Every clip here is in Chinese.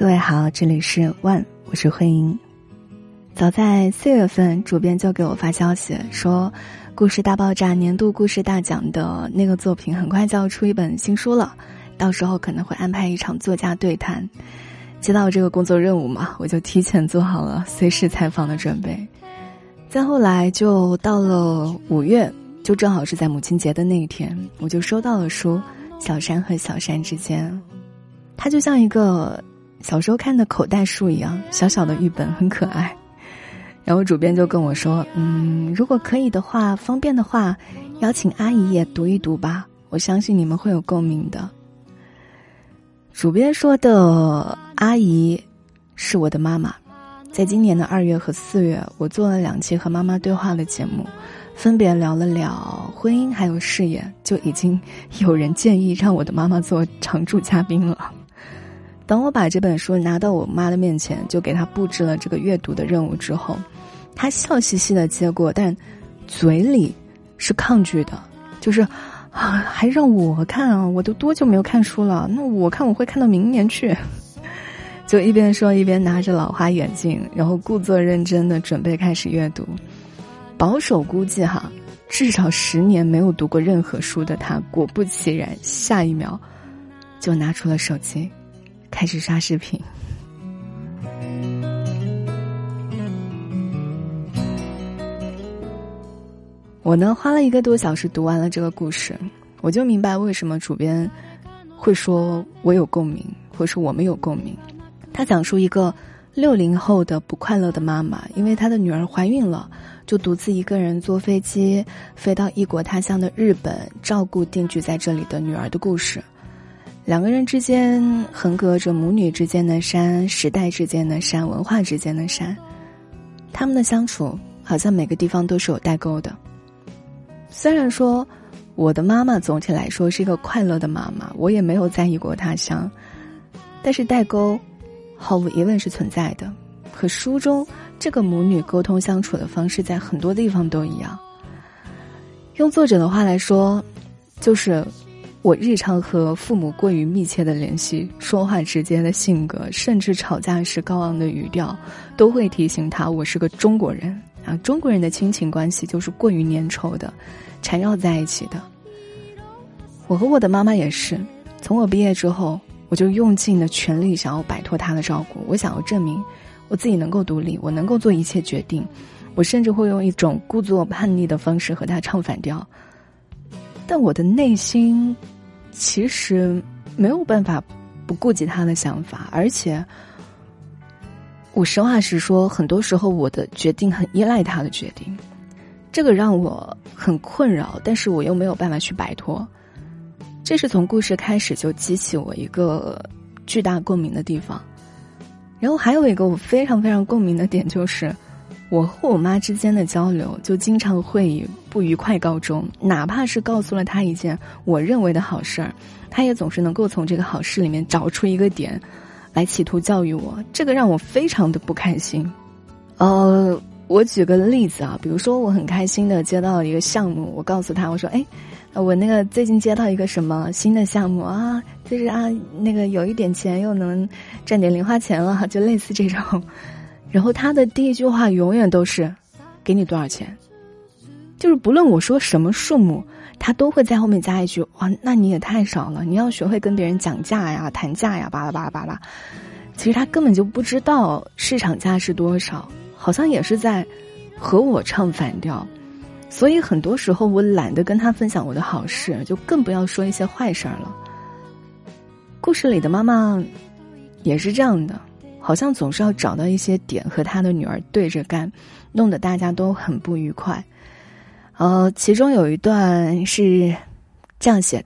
各位好，这里是万，我是慧英。早在4月份，主编就给我发消息说，故事大爆炸年度故事大奖的那个作品很快就要出一本新书了，到时候可能会安排一场作家对谈。接到这个工作任务嘛，我就提前做好了随时采访的准备。再后来就到了5月，就正好是在母亲节的那一天，我就收到了书《小山和小山之间》。它就像一个小时候看的口袋书一样，小小的一本，很可爱。然后主编就跟我说，如果可以的话，方便的话，邀请阿姨也读一读吧，我相信你们会有共鸣的。主编说的阿姨是我的妈妈，在今年的2月和4月，我做了2期和妈妈对话的节目，分别聊了聊婚姻还有事业，就已经有人建议让我的妈妈做常驻嘉宾了。当我把这本书拿到我妈的面前，就给她布置了这个阅读的任务之后，她笑嘻嘻的接过，但嘴里是抗拒的，就是还让我看啊，我都多久没有看书了，那我看我会看到明年去。就一边说一边拿着老花眼镜，然后故作认真的准备开始阅读。保守估计至少10年没有读过任何书的她，果不其然，下一秒就拿出了手机开始刷视频。我呢花了1个多小时读完了这个故事，我就明白为什么主编会说我有共鸣，或是我们有共鸣。他讲述一个60后的不快乐的妈妈，因为她的女儿怀孕了，就独自一个人坐飞机飞到异国他乡的日本，照顾定居在这里的女儿的故事。2个人之间横隔着母女之间的山，时代之间的山，文化之间的山。他们的相处好像每个地方都是有代沟的。虽然说我的妈妈总体来说是一个快乐的妈妈，我也没有在异国他乡，但是代沟毫无疑问是存在的。和书中这个母女沟通相处的方式在很多地方都一样。用作者的话来说，就是我日常和父母过于密切的联系，说话直接的性格，甚至吵架时高昂的语调，都会提醒他我是个中国人啊。中国人的亲情关系就是过于粘稠的，缠绕在一起的。我和我的妈妈也是，从我毕业之后，我就用尽了全力想要摆脱她的照顾，我想要证明我自己能够独立，我能够做一切决定，我甚至会用一种故作叛逆的方式和她唱反调。但我的内心其实没有办法不顾及他的想法，而且我实话实说，很多时候我的决定很依赖他的决定，这个让我很困扰，但是我又没有办法去摆脱。这是从故事开始就激起我一个巨大共鸣的地方。然后还有一个我非常非常共鸣的点，就是我和我妈之间的交流就经常会以不愉快告终，哪怕是告诉了她一件我认为的好事儿，她也总是能够从这个好事里面找出一个点来企图教育我，这个让我非常的不开心。我举个例子比如说我很开心的接到了一个项目，我告诉她，我说我那个最近接到一个什么新的项目就是那个有一点钱又能赚点零花钱了，就类似这种。然后他的第一句话永远都是给你多少钱，就是不论我说什么数目，他都会在后面加一句那你也太少了，你要学会跟别人讲价呀，谈价呀，巴拉巴拉巴拉。其实他根本就不知道市场价是多少，好像也是在和我唱反调。所以很多时候我懒得跟他分享我的好事，就更不要说一些坏事儿了。故事里的妈妈也是这样的，好像总是要找到一些点和他的女儿对着干，弄得大家都很不愉快。其中有一段是这样写的：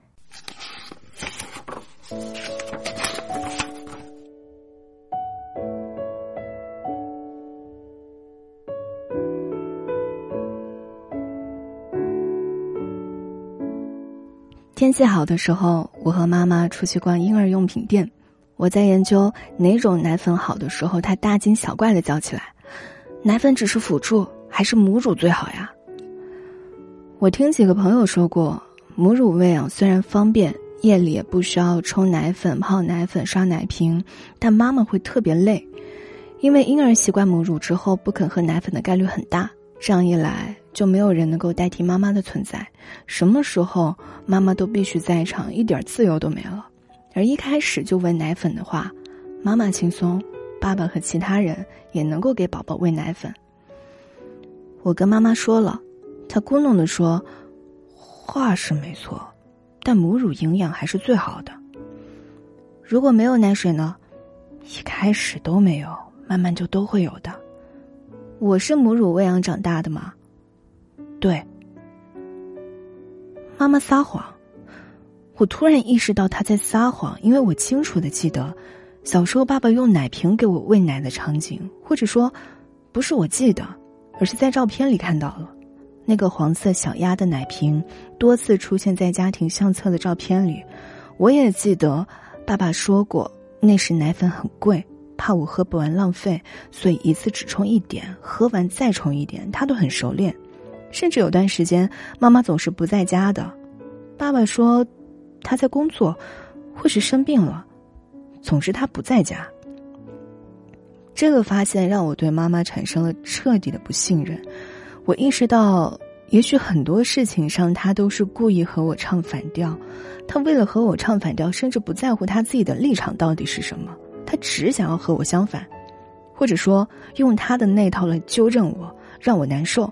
天气好的时候，我和妈妈出去逛婴儿用品店，我在研究哪种奶粉好的时候，她大惊小怪地叫起来：奶粉只是辅助，还是母乳最好呀？我听几个朋友说过，母乳喂养虽然方便， 夜里也不需要冲奶粉、泡奶粉、刷奶瓶，但妈妈会特别累，因为婴儿习惯母乳之后不肯喝奶粉的概率很大，这样一来就没有人能够代替妈妈的存在，什么时候妈妈都必须在场，一点自由都没了。而一开始就喂奶粉的话，妈妈轻松，爸爸和其他人也能够给宝宝喂奶粉。我跟妈妈说了，她咕哝地说，话是没错，但母乳营养还是最好的。如果没有奶水呢？一开始都没有，慢慢就都会有的。我是母乳喂养长大的吗？对。妈妈撒谎。我突然意识到她在撒谎，因为我清楚地记得小时候爸爸用奶瓶给我喂奶的场景，或者说不是我记得，而是在照片里看到了。那个黄色小鸭的奶瓶多次出现在家庭相册的照片里。我也记得爸爸说过，那时奶粉很贵，怕我喝不完浪费，所以一次只冲一点，喝完再冲一点，他都很熟练。甚至有段时间妈妈总是不在家的，爸爸说他在工作或是生病了，总之他不在家。这个发现让我对妈妈产生了彻底的不信任。我意识到也许很多事情上他都是故意和我唱反调，他为了和我唱反调，甚至不在乎他自己的立场到底是什么，他只想要和我相反，或者说用他的那套来纠正我，让我难受。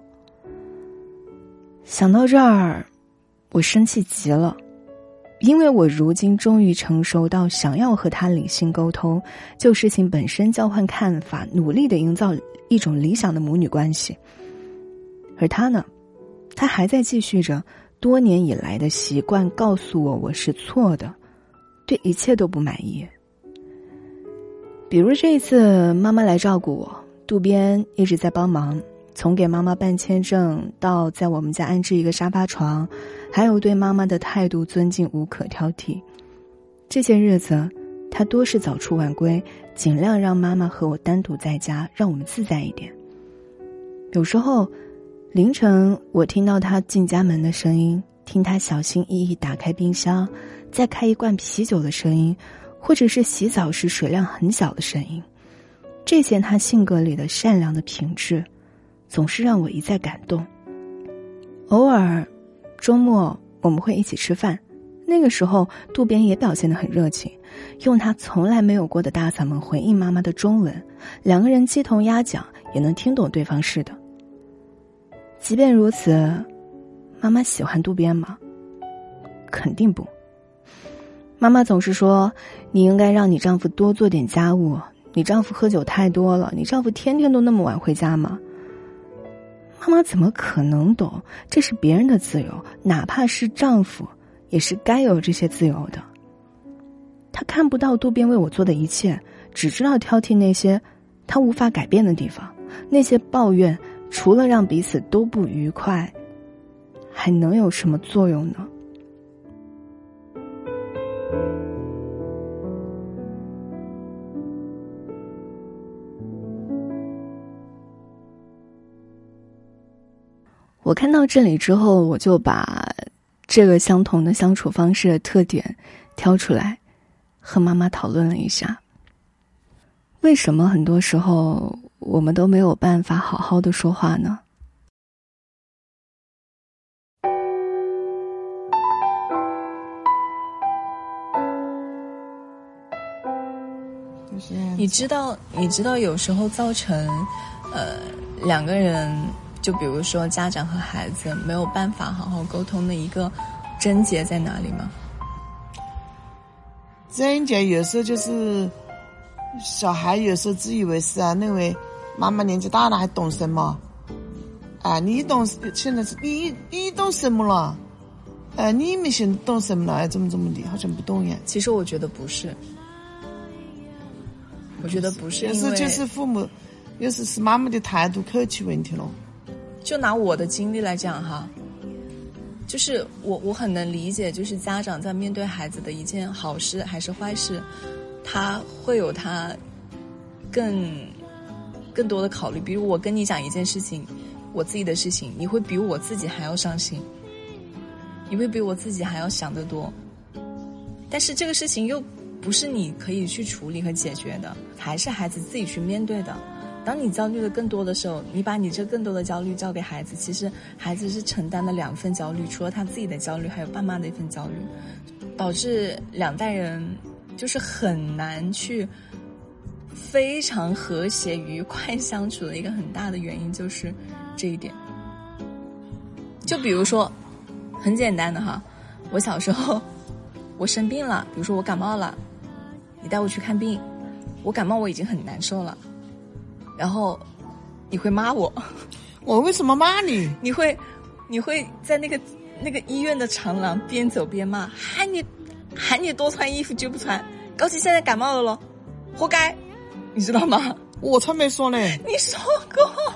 想到这儿，我生气极了，因为我如今终于成熟到想要和他理性沟通，就事情本身交换看法，努力地营造一种理想的母女关系。而他呢，他还在继续着多年以来的习惯，告诉我我是错的，对一切都不满意。比如这一次妈妈来照顾我，渡边一直在帮忙，从给妈妈办签证到在我们家安置一个沙发床，还有对妈妈的态度尊敬无可挑剔。这些日子他多是早出晚归，尽量让妈妈和我单独在家，让我们自在一点。有时候凌晨我听到他进家门的声音，听他小心翼翼打开冰箱再开一罐啤酒的声音，或者是洗澡时水量很小的声音，这些他性格里的善良的品质总是让我一再感动。偶尔周末我们会一起吃饭，那个时候渡边也表现得很热情，用他从来没有过的大嗓门回应妈妈的中文，两个人鸡同鸭讲，也能听懂对方似的。即便如此，妈妈喜欢渡边吗？肯定不。妈妈总是说，你应该让你丈夫多做点家务，你丈夫喝酒太多了，你丈夫天天都那么晚回家吗？妈妈怎么可能懂，这是别人的自由，哪怕是丈夫也是该有这些自由的。她看不到渡边为我做的一切，只知道挑剔那些她无法改变的地方，那些抱怨除了让彼此都不愉快，还能有什么作用呢？我看到这里之后，我就把这个相同的相处方式的特点挑出来，和妈妈讨论了一下。为什么很多时候我们都没有办法好好的说话呢？ 你知道有时候造成两个人，就比如说家长和孩子没有办法好好沟通的一个症结在哪里吗？ 症结有时候就是小孩有时候自以为是啊，认为妈妈年纪大了还懂什么啊？你懂，现在是你懂什么了？你们现在懂什么了？怎么的，好像不懂呀。 其实我觉得不是，我觉得不是， 有时就是父母，有时是妈妈的态度口气问题了。 就拿我的经历来讲哈，就是我很能理解，就是家长在面对孩子的一件好事还是坏事，他会有他更多的考虑。比如我跟你讲一件事情，我自己的事情，你会比我自己还要伤心，你会比我自己还要想得多。 但是这个事情又不是你可以去处理和解决的，还是孩子自己去面对的。当你焦虑的更多的时候，你把你这更多的焦虑交给孩子，其实孩子是承担了2份焦虑，除了他自己的焦虑，还有爸妈的一份焦虑，导致2代人就是很难去非常和谐愉快相处的一个很大的原因就是这一点。就比如说很简单的哈，我小时候我生病了，比如说我感冒了，你带我去看病，我感冒我已经很难受了，然后你会骂我。 我为什么骂你？ 你会在那个医院的长廊边走边骂，喊你多穿衣服就不穿，高兴现在感冒了咯，活该，你知道吗？ 我才没说呢。 你说过。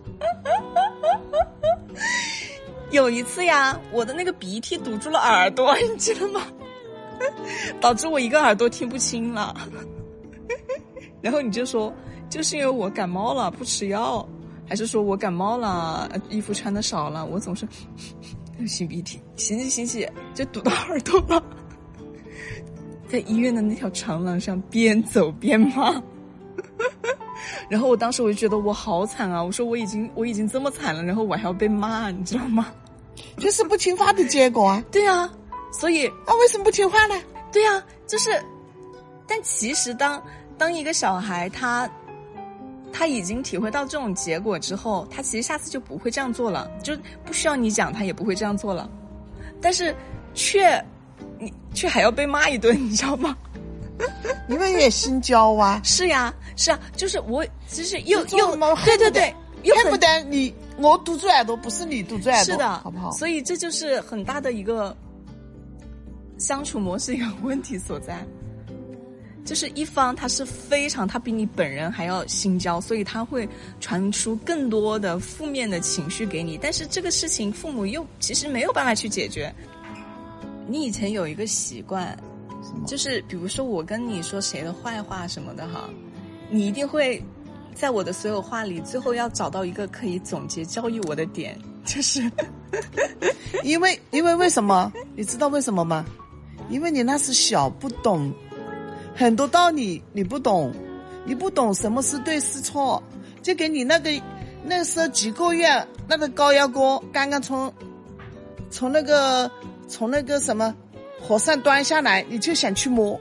有一次呀，我的那个鼻涕堵住了耳朵，你记得吗？导致我一个耳朵听不清了。然后你就说就是因为我感冒了不吃药，还是说我感冒了衣服穿的少了，我总是擤鼻涕，擤起就堵到耳朵了。在医院的那条长廊上边走边骂。然后我当时我就觉得我好惨啊，我说我已经这么惨了，然后我还要被骂，你知道吗？ 就是不听话的结果啊。 对啊，所以为什么不听话呢？ 对啊，就是但其实当一个小孩他已经体会到这种结果之后，他其实下次就不会这样做了，就不需要你讲他也不会这样做了，但是你却还要被骂一顿，你知道吗？ 因为也心焦啊。 是呀，就是我其实又对， 恨不得我堵住耳朵，不是你堵住耳朵， 是的， 好不好？ 所以这就是很大的一个相处模式一个问题所在，就是一方他比你本人还要心焦，所以他会传输更多的负面的情绪给你，但是这个事情父母又其实没有办法去解决。你以前有一个习惯，就是比如说我跟你说谁的坏话什么的哈，你一定会在我的所有话里最后要找到一个可以总结教育我的点，就是因为为什么？你知道为什么吗？因为你那时小不懂很多道理，你不懂什么是对是错，就给你那时候几个月，那个高压锅刚刚从那个什么火上端下来，你就想去摸，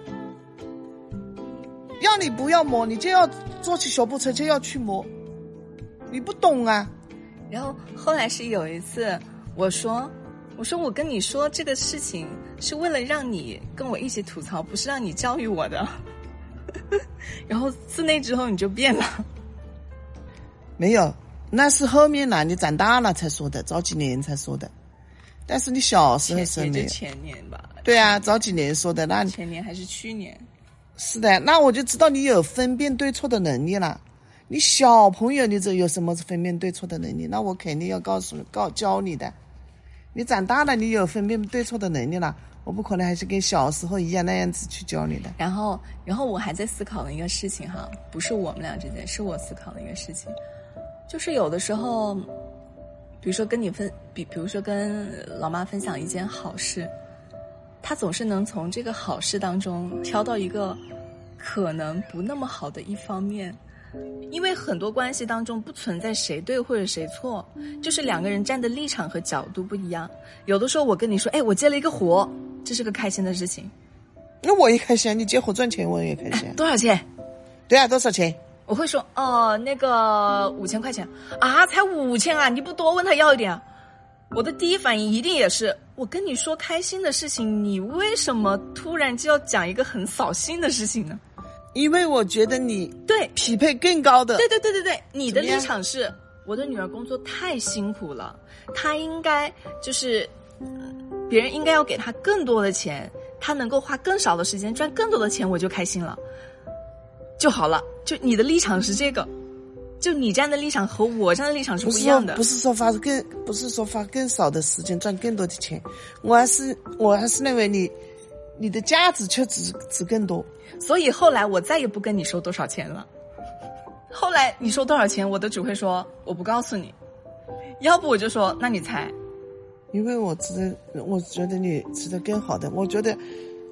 要你不要摸，你就要坐起小步车就要去摸，你不懂啊。 然后后来是有一次我说我跟你说这个事情是为了让你跟我一起吐槽，不是让你教育我的。然后自那之后你就变了。 没有，那是后面了，你长大了才说的，早几年才说的。但是你小时候说没有， 前年吧。 对啊，早几年说的。那前年还是去年？ 是的，那我就知道你有分辨对错的能力了。你小朋友你这有什么分辨对错的能力？那我肯定要教你的。你长大了，你有分辨对错的能力了，我不可能还是跟小时候一样那样子去教你的。 然后我还在思考的一个事情哈，不是我们俩之间，是我思考的一个事情，就是有的时候，比如说比如说跟老妈分享一件好事，她总是能从这个好事当中挑到一个可能不那么好的一方面。因为很多关系当中不存在谁对或者谁错，就是两个人站的立场和角度不一样。有的时候我跟你说，我接了一个活，这是个开心的事情， 那我也开心，你接活赚钱我也开心。 多少钱？ 对啊，多少钱？ 我会说那个5000块钱啊，才5000啊，你不多问他要一点啊？我的第一反应一定也是，我跟你说开心的事情，你为什么突然就要讲一个很扫兴的事情呢？ 因为我觉得你对匹配更高的。 对，你的立场是我的女儿工作太辛苦了，她应该就是别人应该要给她更多的钱，她能够花更少的时间赚更多的钱，我就开心了就好了。就你的立场是这个，就你站的立场和我站的立场是不一样的。 不是说花更少的时间赚更多的钱，我还是认为你的价值却值更多。 所以后来我再也不跟你说多少钱了，后来你说多少钱我都只会说我不告诉你，要不我就说那你猜。 因为我觉得你值得更好的。我觉得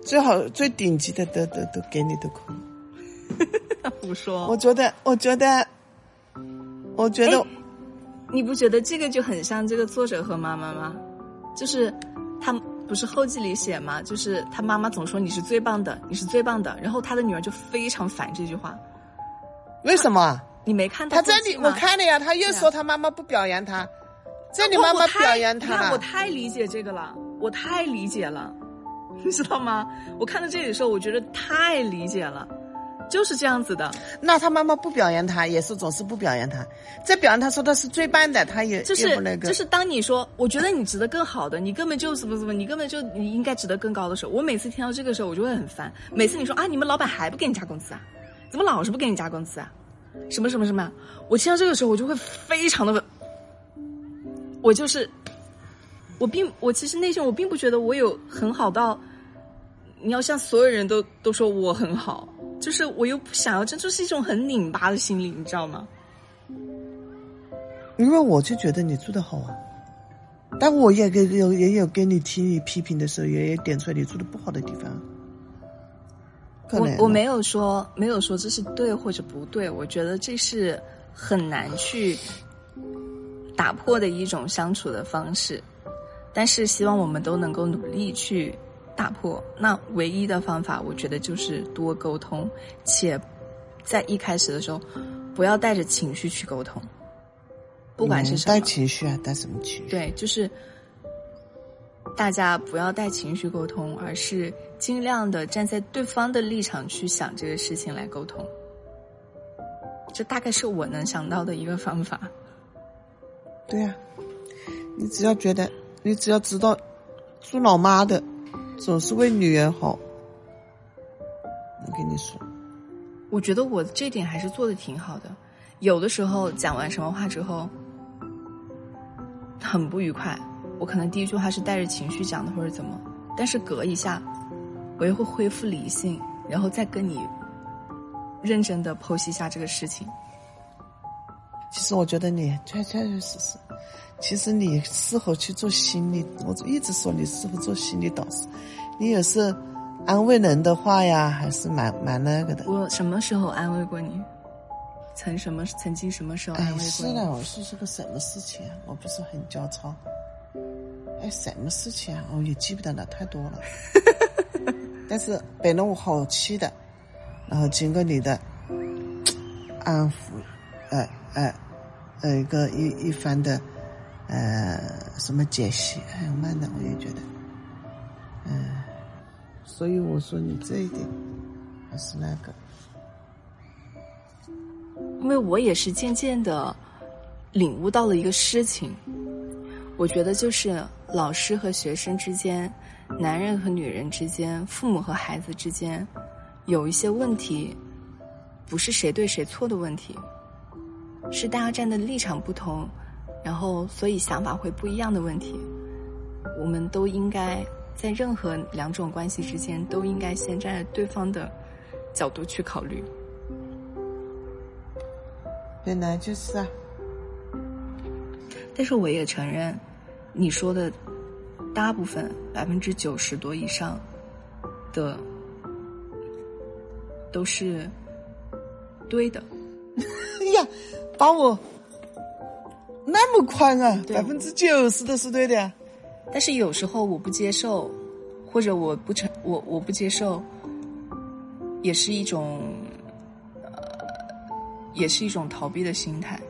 最好最顶级的都给你的哭。 胡说。 我觉得， 你不觉得这个就很像这个作者和妈妈吗？就是他不是后记里写吗？就是他妈妈总说你是最棒的，你是最棒的，然后他的女儿就非常烦这句话。 为什么？ 你没看到他这里我看了呀，他又说他妈妈不表扬他，这里妈妈表扬他了。 我太理解这个了，我太理解了，你知道吗？我看到这里的时候，我觉得太理解了。就是这样子的。 那他妈妈不表扬他，也是总是不表扬他，在表扬他说他是最棒的，他也就是不那个。 就是当你说我觉得你值得更好的，你根本就怎么，你根本就你应该值得更高的时候，我每次听到这个时候我就会很烦。每次你说啊，你们老板还不给你加工资啊？怎么老是不给你加工资啊？什么什么什么？我听到这个时候我就会非常的，我其实内心我并不觉得我有很好到你要像所有人都说我很好。就是我又不想要，这就是一种很拧巴的心理，你知道吗？ 因为我就觉得你做得好啊，但我也有给你提你批评的时候，也点出来你做的不好的地方。 我没有说这是对或者不对，我觉得这是很难去打破的一种相处的方式，但是希望我们都能够努力去打破。那唯一的方法我觉得就是多沟通，且在一开始的时候不要带着情绪去沟通，不管是什么带情绪啊，带什么情绪？ 对，就是大家不要带情绪沟通，而是尽量的站在对方的立场去想这个事情来沟通。这大概是我能想到的一个方法。 对啊，你只要知道做老妈的总是为女儿好，我跟你说， 我觉得我这点还是做的挺好的。有的时候讲完什么话之后很不愉快，我可能第一句话是带着情绪讲的或者怎么，但是隔一下我也会恢复理性，然后再跟你认真的剖析一下这个事情。 其实我觉得你确实其实你适合去做心理，我一直说你适合做心理导师，你也是安慰人的话呀，还是蛮那个的。 我什么时候安慰过你？曾经什么时候安慰过你？ 是的，我说是个什么事情啊？我不是很焦躁。什么事情啊？我也记不得了，太多了。但是本来我好气的，然后经过你的安抚，一番的什么解析，慢的我也觉得，所以我说你这一点还是那个。 因为我也是渐渐的领悟到了一个事情，我觉得就是老师和学生之间，男人和女人之间，父母和孩子之间，有一些问题不是谁对谁错的问题，是大家站的立场不同，然后所以想法会不一样的问题。我们都应该在任何两种关系之间都应该先站在对方的角度去考虑。 本来就是啊， 但是我也承认你说的大部分90%多以上的都是对的。 呀，把我那么宽啊，90%都是对的。 但是有时候我不接受，或者我不接受，也是一种逃避的心态，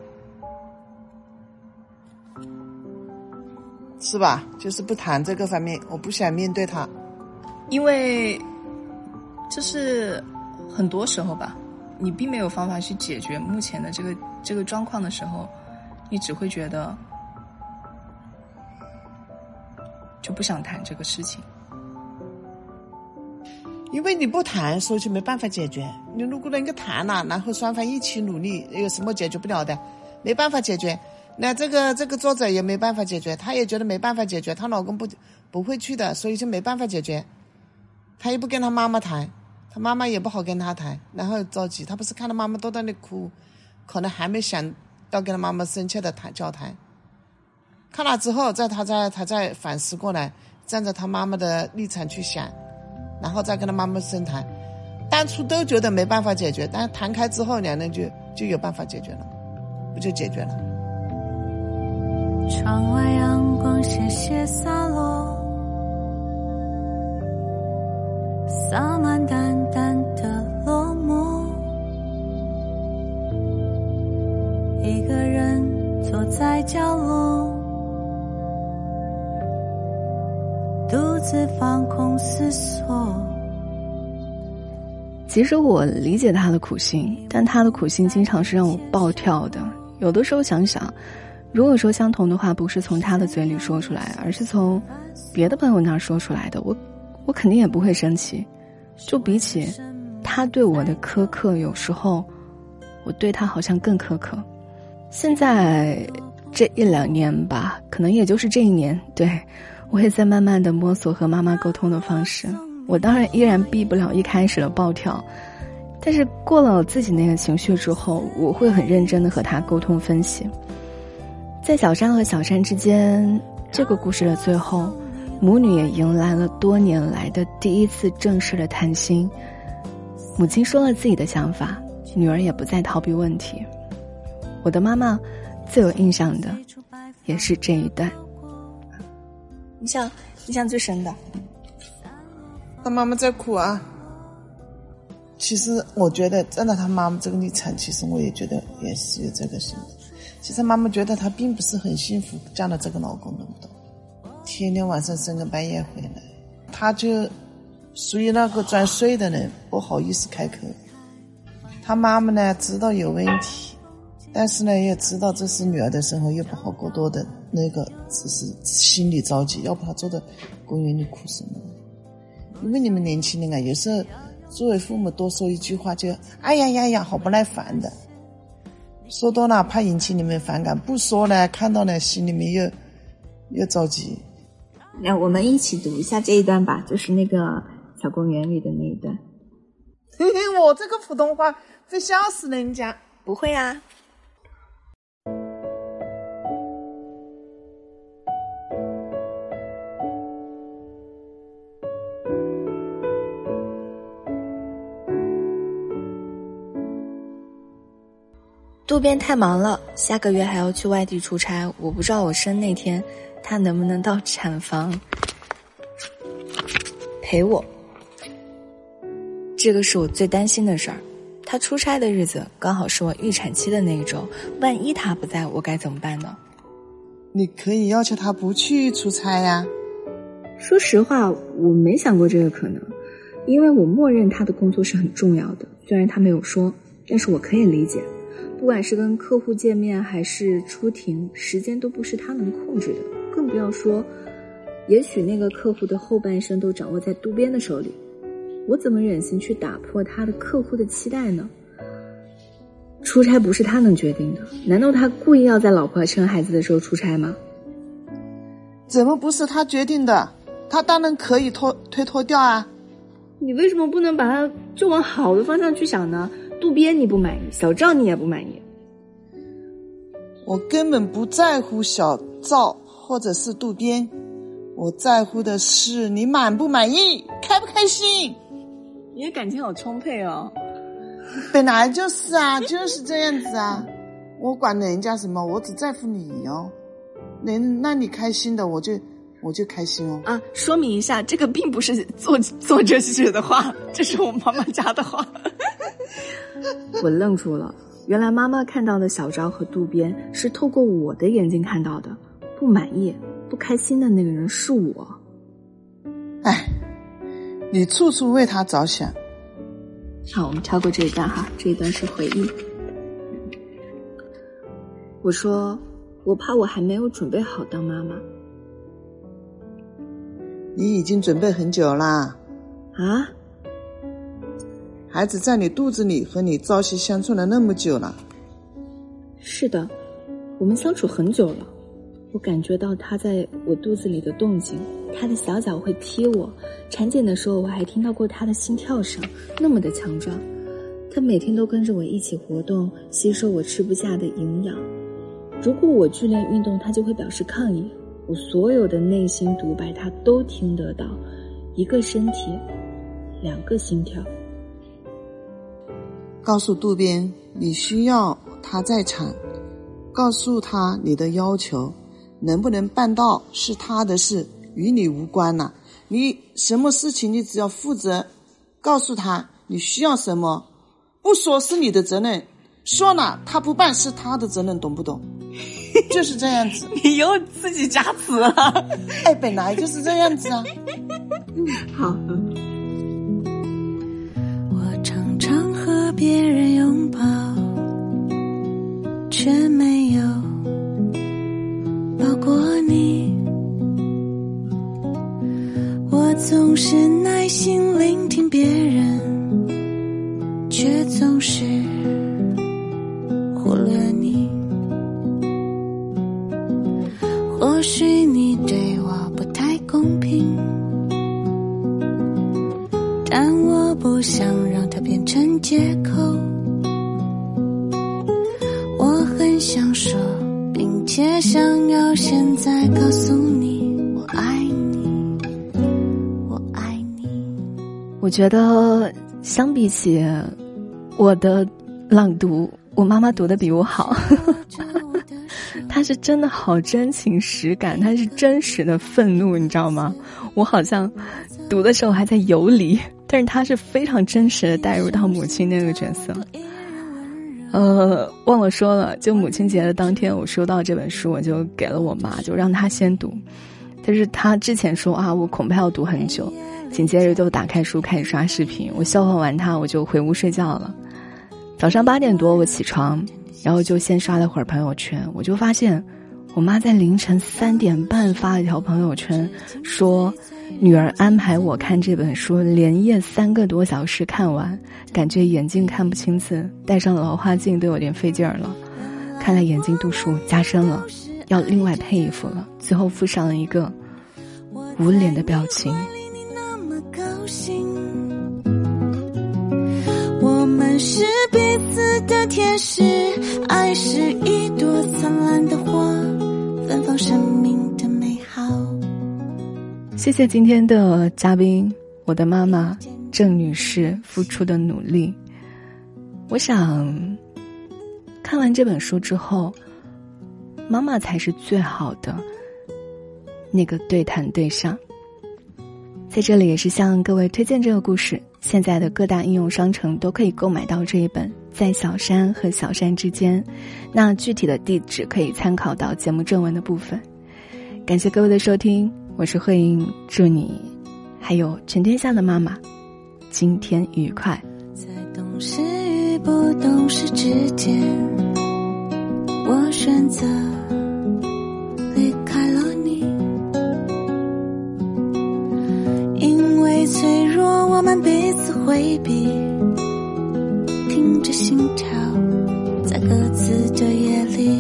是吧？就是不谈这个方面，我不想面对它。 因为就是很多时候吧，你并没有方法去解决目前的这个状况的时候，你只会觉得就不想谈这个事情。 因为你不谈，所以就没办法解决。你如果能够谈了，然后双方一起努力，有什么解决不了的？没办法解决。那这个作者也没办法解决，他也觉得没办法解决，她老公不会去的，所以就没办法解决。他也不跟他妈妈谈，他妈妈也不好跟他谈，然后着急。他不是看到妈妈都在那里哭，可能还没想到跟他妈妈深切的交谈。看了之后，他再反思过来，站在他妈妈的立场去想， 然后再跟他妈妈深谈。当初都觉得没办法解决，但谈开之后两人就有办法解决了，不就解决了。 窗外阳光斜斜洒落，洒满淡淡的落寞。一个人坐在角落，独自放空思索。 其实我理解他的苦心，但他的苦心经常是让我暴跳的。有的时候想想，如果说相同的话不是从他的嘴里说出来，而是从别的朋友那儿说出来的，我肯定也不会生气。就比起他对我的苛刻，有时候我对他好像更苛刻。现在这1-2年吧，可能也就是这1年，对，我也在慢慢的摸索和妈妈沟通的方式。我当然依然避不了一开始的暴跳，但是过了我自己那个情绪之后，我会很认真的和他沟通分析。在小山和小山之间，这个故事的最后，母女也迎来了多年来的第一次正式的谈心。母亲说了自己的想法，女儿也不再逃避问题。我的妈妈最有印象的也是这一段。 印象最深的， 他妈妈在哭啊。其实我觉得站在他妈妈这个立场，其实我也觉得也是有这个心。其实妈妈觉得她并不是很幸福，嫁了这个老公，懂不懂？天天晚上深更半夜回来，她就属于那个装睡的人，不好意思开口。她妈妈呢知道有问题，但是呢也知道这是女儿的生活，又不好过多的那个，只是心里着急，要不她坐在公园里哭什么？因为你们年轻人啊，有时候作为父母多说一句话就哎呀呀呀，好不耐烦的，说多了怕引起你们反感，不说呢看到呢心里面又着急。 那我们一起读一下这一段吧，就是那个小公园里的那一段。 我这个普通话会笑死人家。 不会啊。渡边太忙了，下个月还要去外地出差，我不知道我生那天他能不能到产房陪我。这个是我最担心的事儿。他出差的日子刚好是我预产期的那一周，万一他不在，我该怎么办呢？ 你可以要求他不去出差呀。 说实话，我没想过这个可能，因为我默认他的工作是很重要的，虽然他没有说，但是我可以理解。不管是跟客户见面还是出庭，时间都不是他能控制的，更不要说也许那个客户的后半生都掌握在渡边的手里，我怎么忍心去打破他的客户的期待呢？出差不是他能决定的，难道他故意要在老婆生孩子的时候出差吗？ 怎么不是他决定的？他当然可以推脱掉啊。 你为什么不能把他就往好的方向去想呢？渡边你不满意，小赵你也不满意。 我根本不在乎小赵或者是渡边，我在乎的是你满不满意，开不开心。 你的感情好充沛哦。 本来就是啊，就是这样子啊。我管人家什么，我只在乎你哦。能让你开心的，我就开心哦。 啊，说明一下，这个并不是作者写的话，这是我妈妈加的话。 我愣住了，原来妈妈看到的小赵和渡边是透过我的眼睛看到的，不满意、不开心的那个人是我。 哎，你处处为他着想。 好，我们跳过这一段哈，这一段是回忆。我说，我怕我还没有准备好当妈妈。 你已经准备很久啦。 啊？ 孩子在你肚子里和你朝夕相处了那么久了。 是的，我们相处很久了，我感觉到他在我肚子里的动静，他的小脚会踢我，产检的时候我还听到过他的心跳声，那么的强壮。他每天都跟着我一起活动，吸收我吃不下的营养。如果我剧烈运动，他就会表示抗议。我所有的内心独白他都听得到，一个身体 2个心跳。 告诉渡边你需要他在场，告诉他你的要求，能不能办到是他的事，与你无关了。你什么事情你只要负责告诉他你需要什么，不说是你的责任，说了他不办是他的责任，懂不懂？就是这样子。 你又自己加词了。 哎，本来就是这样子啊。 好。 我常常和别人拥抱，却没有抱过你。我总是耐心聆听别人，却总是忽略你。或许你对我不太公平，但我不想让它变成借口。我很想说，并且想要现在告诉你，我爱你，我爱你。 我觉得相比起我的朗读，我妈妈读的比我好。她是真的好真情实感，她是真实的愤怒，你知道吗？我好像读的时候还在游离，但是她是非常真实的带入到母亲那个角色。忘了说了，就母亲节的当天我收到这本书，我就给了我妈，就让她先读。但是她之前说啊，我恐怕要读很久，紧接着就打开书开始刷视频。我消化完它，我就回屋睡觉了。早上8点多我起床，然后就先刷了会儿朋友圈，我就发现我妈在凌晨3点半发了一条朋友圈，说女儿安排我看这本书，连夜3个多小时看完，感觉眼睛看不清字，戴上老花镜都有点费劲儿了，看来眼睛度数加深了，要另外配衣服了。最后附上了一个捂脸的表情。 我们是彼此的天使，爱是一朵灿烂的花，芬芳生命的美好。 谢谢今天的嘉宾，我的妈妈郑女士付出的努力。我想看完这本书之后，妈妈才是最好的那个对谈对象。在这里也是向各位推荐这个故事，现在的各大应用商城都可以购买到这一本《在小山和小山之间》，那具体的地址可以参考到节目正文的部分。感谢各位的收听，我是慧英，祝你还有全天下的妈妈今天愉快。 在懂事与不懂事之间，我选择离开了你，因为脆弱我们彼此回避，听着心跳在各自的夜里，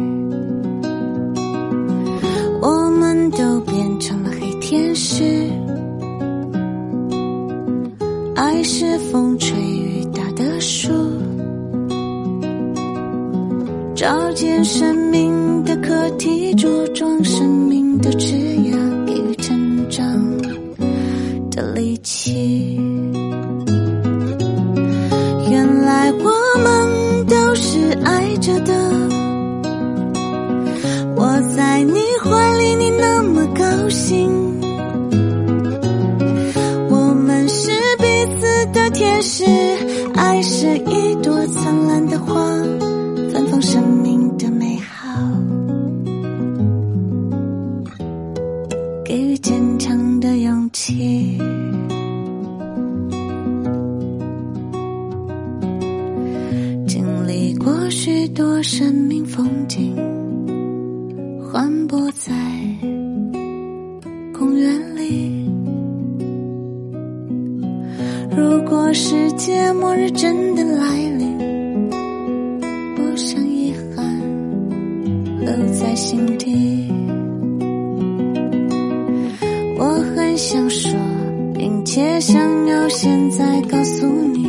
我们都变成了黑天使。爱是风吹雨打的树，照见生命的课题，茁壮生命的枝桠，给予成长的力气。原来我们都是爱着的，我在你怀里你那么高兴，我们是彼此的天使，爱是一朵灿烂的花，芬芳生命的美好，给予坚强的勇气。经历过许多生命风景，环泊在公园里，如果世界末日真的来临，不想遗憾留在心底。我很想说，并且想要现在告诉你，